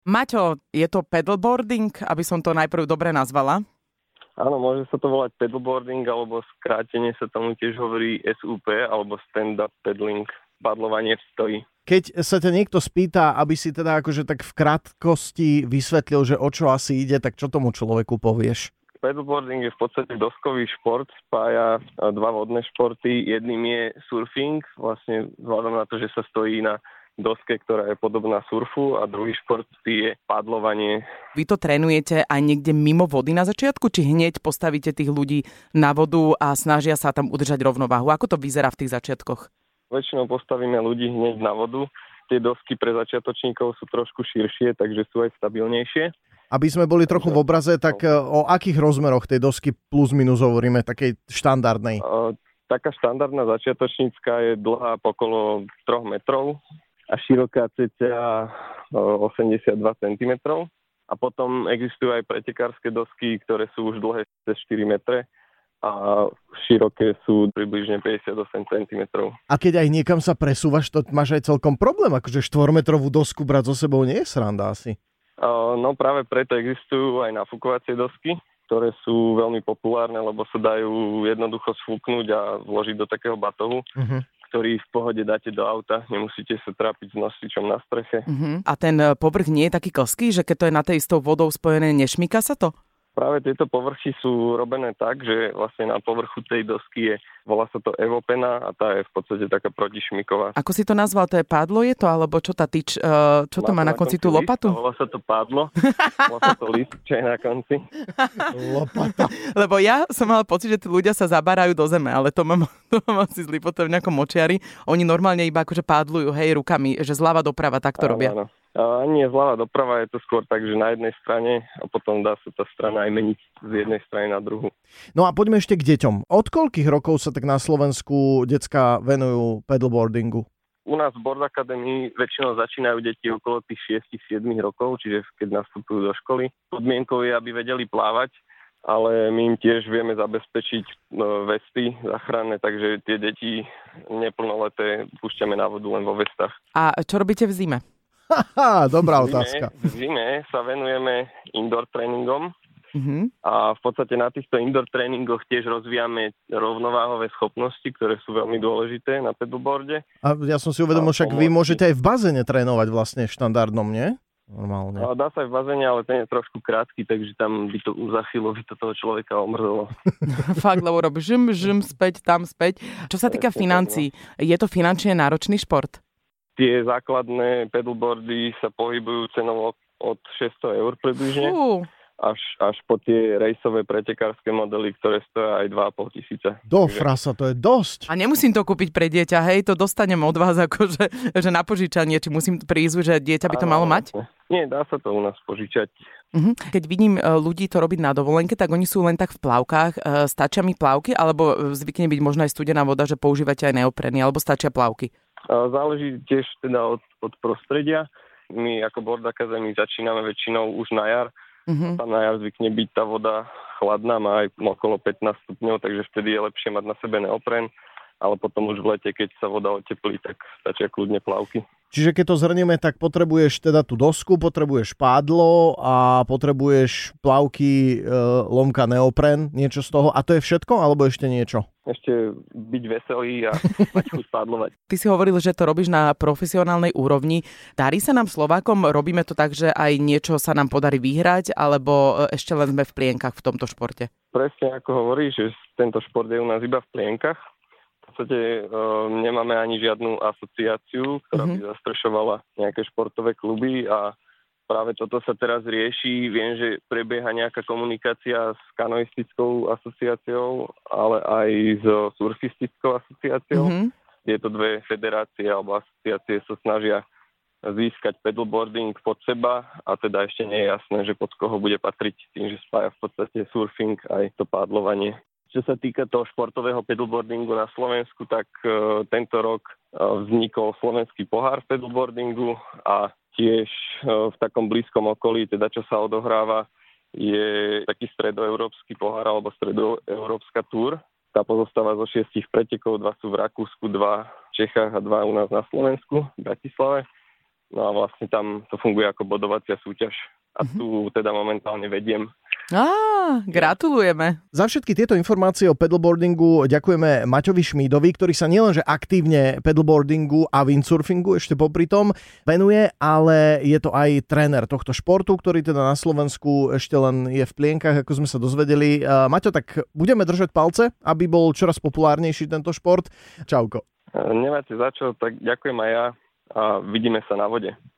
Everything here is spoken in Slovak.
Maťo, je to paddleboarding, aby som to najprv dobre nazvala? Áno, môže sa to volať paddleboarding, alebo skrátene sa tomu tiež hovorí SUP, alebo stand-up paddling, padlovanie v stoji. Keď sa ťa niekto spýta, aby si teda akože tak v krátkosti vysvetlil, že o čo asi ide, tak čo tomu človeku povieš? Paddleboarding je v podstate doskový šport, spája dva vodné športy. Jedným je surfing, vlastne vzhľadom na to, že sa stojí na doske, ktorá je podobná surfu, a druhý šport je padlovanie. Vy to trénujete aj niekde mimo vody na začiatku, či hneď postavíte tých ľudí na vodu a snažia sa tam udržať rovnováhu? Ako to vyzerá v tých začiatkoch? Väčšinou postavíme ľudí hneď na vodu. Tie dosky pre začiatočníkov sú trošku širšie, takže sú aj stabilnejšie. Aby sme boli trochu v obraze, tak o akých rozmeroch tej dosky plus minus hovoríme, takej štandardnej? Taká štandardná začiatočnícka je dlhá okolo 3 metrov a široká cca 82 cm. A potom existujú aj pretekárske dosky, ktoré sú už dlhé cez 4 metre a široké sú približne 58 cm. A keď aj niekam sa presúvaš, to máš aj celkom problém, akože 4-metrovú dosku brať so sebou nie je sranda asi. No práve preto existujú aj nafúkovacie dosky, ktoré sú veľmi populárne, lebo sa dajú jednoducho sfúknuť a vložiť do takého batohu, ktorý v pohode dáte do auta, nemusíte sa trápiť s nosičom na streche. A ten povrch nie je taký klský, že keď to je na tej istou vodou spojené, nešmýka sa to? Práve tieto povrchy sú robené tak, že vlastne na povrchu tej dosky volá sa to evopena a tá je v podstate taká protišmiková. Ako si to nazval? To je pádlo je to? Alebo čo tá tyč? Čo to má na konci tú lopatu? Volá sa to pádlo. Volá sa to list, čo je na konci. Lopata. Lebo ja som mal pocit, že tí ľudia sa zabárajú do zeme, ale to mám asi zlý potom v nejakom močiari. Oni normálne iba akože pádlujú, hej, rukami, že zľava doprava, tak to robia. Áno. Nie zľava doprava, je to skôr tak, že na jednej strane a potom dá sa tá strana aj meniť z jednej strany na druhu. No a poďme ešte k deťom. Od koľkých rokov sa tak na Slovensku decká venujú paddleboardingu? U nás v Board Academy väčšinou začínajú deti okolo tých 6-7 rokov, čiže keď nastupujú do školy. Podmienkou je, aby vedeli plávať, ale my im tiež vieme zabezpečiť vesty záchranné, takže tie deti neplnoleté púšťame na vodu len vo vestách. A čo robíte v zime? Dobrá otázka. V zime sa venujeme indoor tréningom a v podstate na týchto indoor tréningoch tiež rozvíjame rovnováhové schopnosti, ktoré sú veľmi dôležité na paddleboarde. A ja som si uvedomil, však vy môžete aj v bazéne trénovať vlastne štandardnom, nie? Normálne. Dá sa aj v bazéne, ale ten je trošku krátky, takže tam by to za chvíľu by to toho človeka omrzelo. Fakt, lebo robí žim, späť, tam späť. Čo sa týka financií, je to finančne náročný šport? Tie základné paddleboardy sa pohybujú cenou od 600 eur približne, až po tie rejsové pretekárske modely, ktoré stoja aj 2,5 tisíca. Frasa, to je dosť. A nemusím to kúpiť pre dieťa, hej, to dostanem od vás akože že na požičanie, či musím prísť, že dieťa by to malo mať? Nie, dá sa to u nás požičať. Keď vidím ľudí to robiť na dovolenke, tak oni sú len tak v plavkách. Stačia mi plavky, alebo zvykne byť možno aj studená voda, že používate aj neopreny, alebo stačia plavky? Záleží tiež teda od prostredia. My ako Board Academy začíname väčšinou už na jar. Tam na jar zvykne byť tá voda chladná, má aj okolo 15 stupňov, takže vtedy je lepšie mať na sebe neopren. Ale potom už v lete, keď sa voda oteplí, tak stačia kľudne plavky. Čiže keď to zhrnieme, tak potrebuješ teda tú dosku, potrebuješ pádlo a potrebuješ plavky, lomka, neopren, niečo z toho. A to je všetko, alebo ešte niečo? Ešte byť veselý a mať chuť pádlovať. Ty si hovoril, že to robíš na profesionálnej úrovni. Darí sa nám Slovákom? Robíme to tak, že aj niečo sa nám podarí vyhrať, alebo ešte len sme v plienkach v tomto športe? Presne ako hovoríš, že tento šport je u nás iba v plienkach. V podstate nemáme ani žiadnu asociáciu, ktorá by zastrešovala nejaké športové kluby a práve toto sa teraz rieši. Viem, že prebieha nejaká komunikácia s kanoistickou asociáciou, ale aj s surfistickou asociáciou. Tieto dve federácie alebo asociácie sa snažia získať paddleboarding pod seba a teda ešte nie je jasné, že pod koho bude patriť tým, že spája v podstate surfing aj to pádlovanie. Čo sa týka toho športového paddleboardingu na Slovensku, tak tento rok vznikol slovenský pohár v paddleboardingu a tiež v takom blízkom okolí, teda čo sa odohráva, je taký stredoeurópsky pohár alebo stredoeurópska túr. Tá pozostáva zo 6 pretekov, 2 sú v Rakúsku, 2 v Čechách a 2 u nás na Slovensku, v Bratislave. No a vlastne tam to funguje ako bodovacia súťaž. A tu teda momentálne vediem. Gratulujeme. Za všetky tieto informácie o paddleboardingu ďakujeme Maťovi Šmídovi, ktorý sa nielenže aktívne paddleboardingu a windsurfingu ešte popri tom venuje, ale je to aj tréner tohto športu, ktorý teda na Slovensku ešte len je v plienkach, ako sme sa dozvedeli. Maťo, tak budeme držať palce, aby bol čoraz populárnejší tento šport. Čauko. Nemáte za čo, tak ďakujem aj ja a vidíme sa na vode.